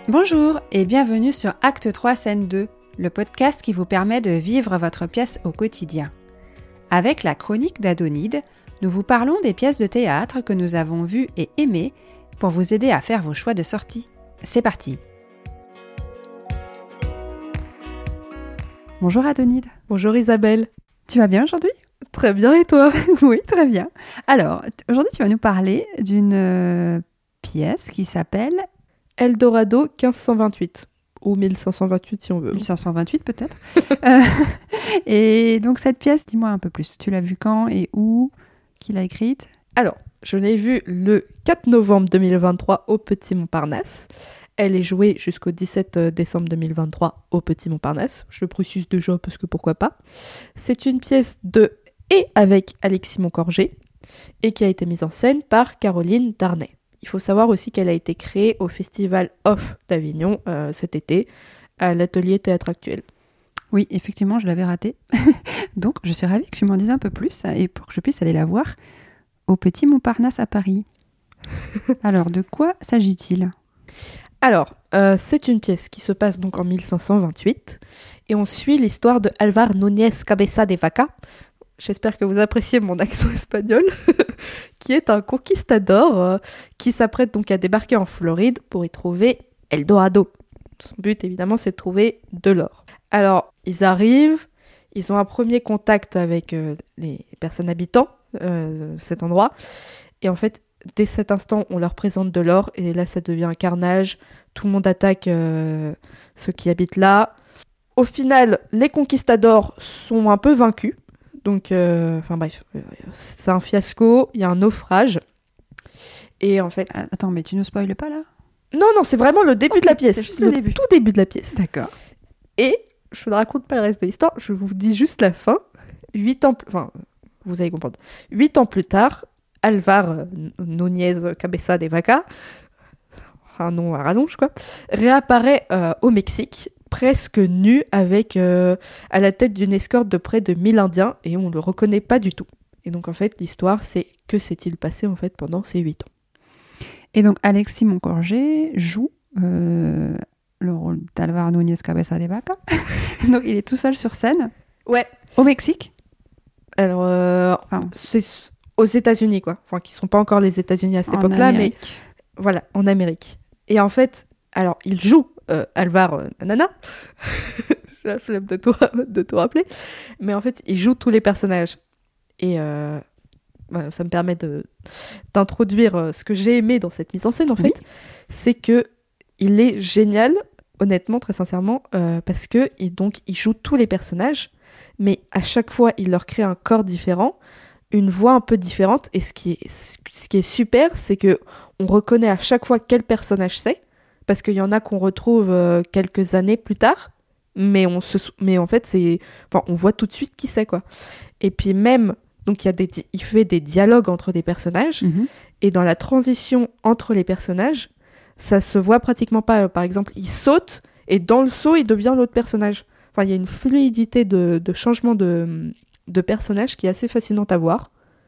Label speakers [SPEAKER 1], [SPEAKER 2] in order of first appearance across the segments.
[SPEAKER 1] Bonjour et bienvenue sur Acte 3 Scène 2, le podcast qui vous permet de vivre votre pièce au quotidien. Avec la chronique d'Adonide, nous vous parlons des pièces de théâtre que nous avons vues et aimées pour vous aider à faire vos choix de sortie. C'est parti! Bonjour Adonide.
[SPEAKER 2] Bonjour Isabelle.
[SPEAKER 1] Tu vas bien aujourd'hui?
[SPEAKER 2] Très bien et toi?
[SPEAKER 1] Oui, très bien. Alors, aujourd'hui tu vas nous parler d'une pièce qui s'appelle
[SPEAKER 2] Eldorado 1528, ou 1528 si on veut.
[SPEAKER 1] 1528 peut-être. Et donc cette pièce, dis-moi un peu plus. Tu l'as vue quand et où? Qui l'a écrite?
[SPEAKER 2] Alors, je l'ai vue le 4 novembre 2023 au Petit Montparnasse. Elle est jouée jusqu'au 17 décembre 2023 au Petit Montparnasse. Je le précise déjà parce que pourquoi pas. C'est une pièce de et avec Alexis Moncorgé et qui a été mise en scène par Caroline Darnay. Il faut savoir aussi qu'elle a été créée au Festival Off d'Avignon cet été, à l'atelier Théâtre Actuel.
[SPEAKER 1] Oui, effectivement, je l'avais raté. Donc, je suis ravie que tu m'en dises un peu plus et pour que je puisse aller la voir au Petit Montparnasse à Paris. Alors, de quoi s'agit-il?
[SPEAKER 2] Alors, c'est une pièce qui se passe donc en 1528 et on suit l'histoire de Álvar Núñez Cabeza de Vaca. J'espère que vous appréciez mon accent espagnol, qui est un conquistador qui s'apprête donc à débarquer en Floride pour y trouver Eldorado. Son but, évidemment, c'est de trouver de l'or. Alors, ils arrivent, ils ont un premier contact avec les personnes habitant cet endroit, et en fait, dès cet instant, on leur présente de l'or, et là, ça devient un carnage. Tout le monde attaque ceux qui habitent là. Au final, les conquistadors sont un peu vaincus. Donc, bref, c'est un fiasco, il y a un naufrage. Et en fait...
[SPEAKER 1] Attends, mais tu ne spoiles pas là?
[SPEAKER 2] Non, c'est vraiment le début de la pièce.
[SPEAKER 1] C'est juste le début.
[SPEAKER 2] Tout début de la pièce.
[SPEAKER 1] D'accord.
[SPEAKER 2] Et je ne raconte pas le reste de l'histoire, je vous dis juste la fin. 8 ans... Enfin, vous allez comprendre. 8 ans plus tard, Álvar Núñez Cabeza de Vaca, un nom à rallonge quoi, réapparaît au Mexique, presque nu, avec à la tête d'une escorte de près de 1000 Indiens, et on ne le reconnaît pas du tout. Et donc en fait, l'histoire, c'est que s'est-il passé en fait pendant ces 8 ans.
[SPEAKER 1] Et donc Alexis Moncorgé joue le rôle d'Álvar Núñez Cabeza de Vaca. Donc il est tout seul sur scène.
[SPEAKER 2] Ouais.
[SPEAKER 1] Au Mexique.
[SPEAKER 2] Alors, c'est aux États-Unis quoi. Enfin, qui sont pas encore les États-Unis à cette époque-là,
[SPEAKER 1] Amérique.
[SPEAKER 2] mais voilà, en Amérique. Et en fait, alors il joue Álvar Nanana. J'ai la flemme de tout rappeler. Mais en fait, il joue tous les personnages. Et ça me permet d'introduire ce que j'ai aimé dans cette mise en scène, en fait. C'est que il est génial, honnêtement, très sincèrement, parce que il joue tous les personnages, mais à chaque fois, il leur crée un corps différent, une voix un peu différente. Et ce qui est super, c'est que on reconnaît à chaque fois quel personnage c'est, parce qu'il y en a qu'on retrouve quelques années plus tard, mais en fait, on voit tout de suite qui c'est, quoi. Et puis même, donc il fait des dialogues entre des personnages, et dans la transition entre les personnages, ça se voit pratiquement pas. Par exemple, il saute, et dans le saut, il devient l'autre personnage. Enfin, il y a une fluidité de changement de personnage qui est assez fascinante à voir.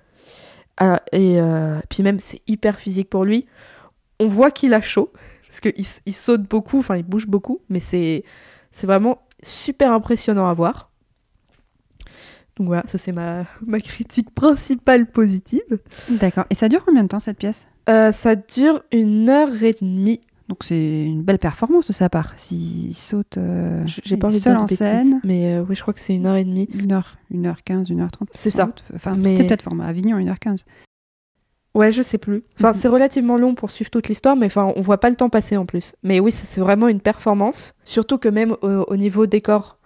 [SPEAKER 2] Et puis même, c'est hyper physique pour lui. On voit qu'il a chaud, parce qu'il saute beaucoup, enfin il bouge beaucoup, mais c'est vraiment super impressionnant à voir. Donc voilà, ça c'est ma critique principale positive.
[SPEAKER 1] D'accord. Et ça dure combien de temps cette pièce?
[SPEAKER 2] Ça dure 1h30.
[SPEAKER 1] Donc c'est une belle performance de sa part. S'il saute
[SPEAKER 2] j'ai pas envie de
[SPEAKER 1] seul
[SPEAKER 2] dire
[SPEAKER 1] en
[SPEAKER 2] de bêtises,
[SPEAKER 1] scène.
[SPEAKER 2] mais oui, je crois que c'est 1h30.
[SPEAKER 1] 1h15, 1h30.
[SPEAKER 2] C'est ça.
[SPEAKER 1] Enfin,
[SPEAKER 2] Mais...
[SPEAKER 1] c'était peut-être format Avignon, 1h15.
[SPEAKER 2] Ouais, je sais plus. Enfin, c'est relativement long pour suivre toute l'histoire, mais on voit pas le temps passer en plus. Mais oui, c'est vraiment une performance. Surtout que même au niveau décor,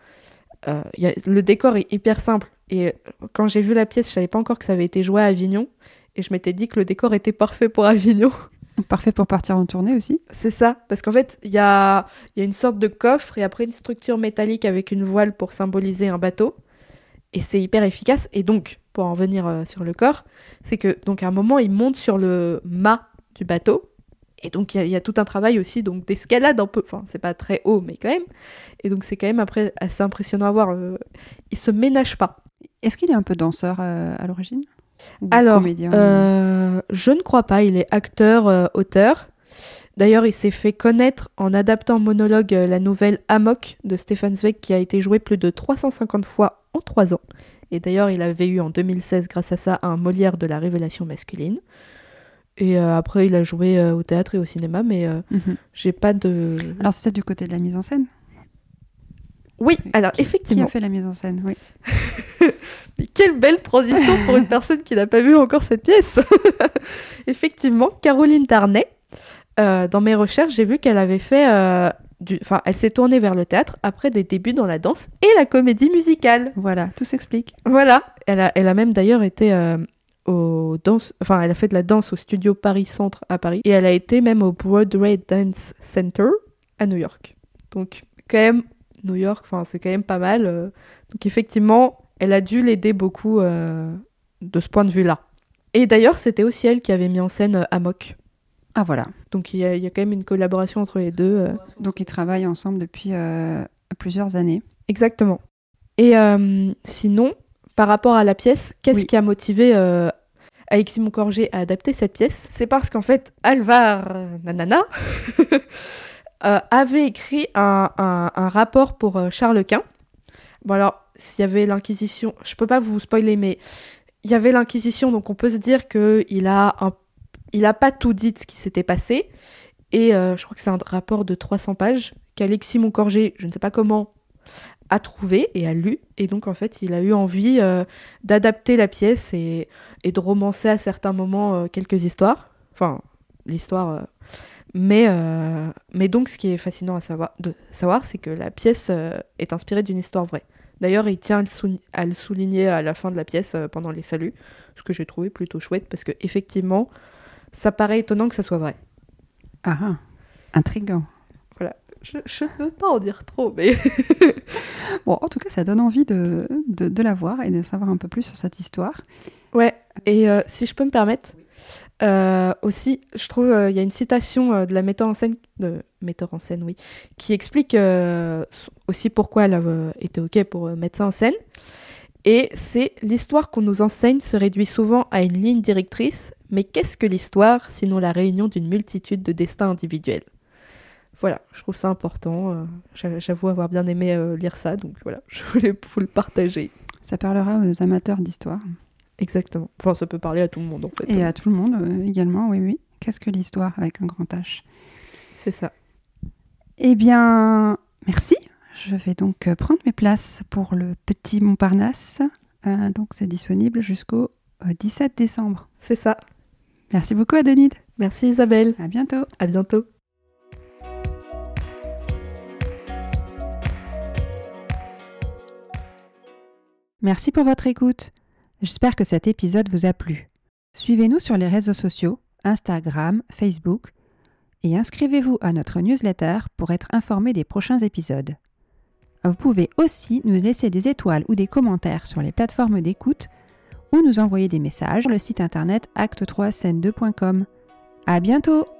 [SPEAKER 2] le décor est hyper simple. Et quand j'ai vu la pièce, je savais pas encore que ça avait été joué à Avignon. Et je m'étais dit que le décor était parfait pour Avignon.
[SPEAKER 1] Parfait pour partir en tournée aussi.
[SPEAKER 2] C'est ça, parce qu'en fait, il y a une sorte de coffre et après une structure métallique avec une voile pour symboliser un bateau. Et c'est hyper efficace. Et donc, pour en venir sur le corps, c'est que donc à un moment, il monte sur le mât du bateau. Et donc, il y a tout un travail aussi donc d'escalade un peu. Enfin, c'est pas très haut, mais quand même. Et donc, c'est quand même après assez impressionnant à voir. Il se ménage pas.
[SPEAKER 1] Est-ce qu'il est un peu danseur à l'origine?
[SPEAKER 2] Alors,
[SPEAKER 1] comédien
[SPEAKER 2] je ne crois pas. Il est acteur, auteur. D'ailleurs, il s'est fait connaître en adaptant en monologue la nouvelle Amok de Stefan Zweig qui a été jouée plus de 350 fois en 3 ans. Et d'ailleurs, il avait eu en 2016, grâce à ça, un Molière de la révélation masculine. Et après, il a joué au théâtre et au cinéma, mais j'ai pas de...
[SPEAKER 1] Alors, c'était du côté de la mise en scène ?
[SPEAKER 2] Oui, alors effectivement.
[SPEAKER 1] Qui a fait la mise en scène, oui.
[SPEAKER 2] Mais quelle belle transition pour une personne qui n'a pas vu encore cette pièce. Effectivement, Caroline Darnay, dans mes recherches, j'ai vu qu'elle avait fait... elle s'est tournée vers le théâtre après des débuts dans la danse et la comédie musicale.
[SPEAKER 1] Voilà, tout s'explique.
[SPEAKER 2] Voilà, elle a même d'ailleurs été elle a fait de la danse au studio Paris Centre à Paris et elle a été même au Broadway Dance Center à New York. Donc quand même New York, c'est quand même pas mal. Donc effectivement, elle a dû l'aider beaucoup de ce point de vue-là. Et d'ailleurs, c'était aussi elle qui avait mis en scène Amok.
[SPEAKER 1] Ah voilà.
[SPEAKER 2] Donc il y a quand même une collaboration entre les deux.
[SPEAKER 1] Donc ils travaillent ensemble depuis plusieurs années.
[SPEAKER 2] Exactement. Et sinon, par rapport à la pièce, qu'est-ce qui a motivé Alexis Moncorgé à adapter cette pièce ? C'est parce qu'en fait, Alvar Nanana avait écrit un rapport pour Charles Quint. Bon alors, s'il y avait l'Inquisition, je peux pas vous spoiler, mais il y avait l'Inquisition, donc on peut se dire qu'il a pas tout dit de ce qui s'était passé. Et je crois que c'est un rapport de 300 pages qu'Alexis Moncorgé, je ne sais pas comment, a trouvé et a lu. Et donc, en fait, il a eu envie d'adapter la pièce et de romancer à certains moments quelques histoires. Enfin, l'histoire... Mais donc, ce qui est fascinant de savoir, c'est que la pièce est inspirée d'une histoire vraie. D'ailleurs, il tient à le souligner à la fin de la pièce pendant les saluts, ce que j'ai trouvé plutôt chouette, parce que effectivement, ça paraît étonnant que ça soit vrai.
[SPEAKER 1] Ah, intriguant.
[SPEAKER 2] Voilà, je ne veux pas en dire trop, mais...
[SPEAKER 1] Bon, en tout cas, ça donne envie de la voir et de savoir un peu plus sur cette histoire.
[SPEAKER 2] Ouais, et si je peux me permettre... aussi, je trouve il y a une citation de la metteur en scène, oui, qui explique aussi pourquoi elle a été OK pour mettre ça en scène. Et c'est « L'histoire qu'on nous enseigne se réduit souvent à une ligne directrice, mais qu'est-ce que l'histoire, sinon la réunion d'une multitude de destins individuels ?» Voilà, je trouve ça important. J'avoue avoir bien aimé lire ça, donc voilà, je voulais vous le partager.
[SPEAKER 1] Ça parlera aux amateurs d'histoire.
[SPEAKER 2] Exactement. Enfin, ça peut parler à tout le monde, en fait.
[SPEAKER 1] Et à tout le monde également, oui. Qu'est-ce que l'histoire avec un grand H ?
[SPEAKER 2] C'est ça.
[SPEAKER 1] Eh bien, merci. Je vais donc prendre mes places pour le Petit Montparnasse. Donc, c'est disponible jusqu'au 17 décembre.
[SPEAKER 2] C'est ça.
[SPEAKER 1] Merci beaucoup, Adonide.
[SPEAKER 2] Merci, Isabelle.
[SPEAKER 1] À bientôt.
[SPEAKER 2] À bientôt.
[SPEAKER 1] Merci pour votre écoute. J'espère que cet épisode vous a plu. Suivez-nous sur les réseaux sociaux, Instagram, Facebook, et inscrivez-vous à notre newsletter pour être informé des prochains épisodes. Vous pouvez aussi nous laisser des étoiles ou des commentaires sur les plateformes d'écoute ou nous envoyer des messages sur le site internet acte3scène2.com. À bientôt!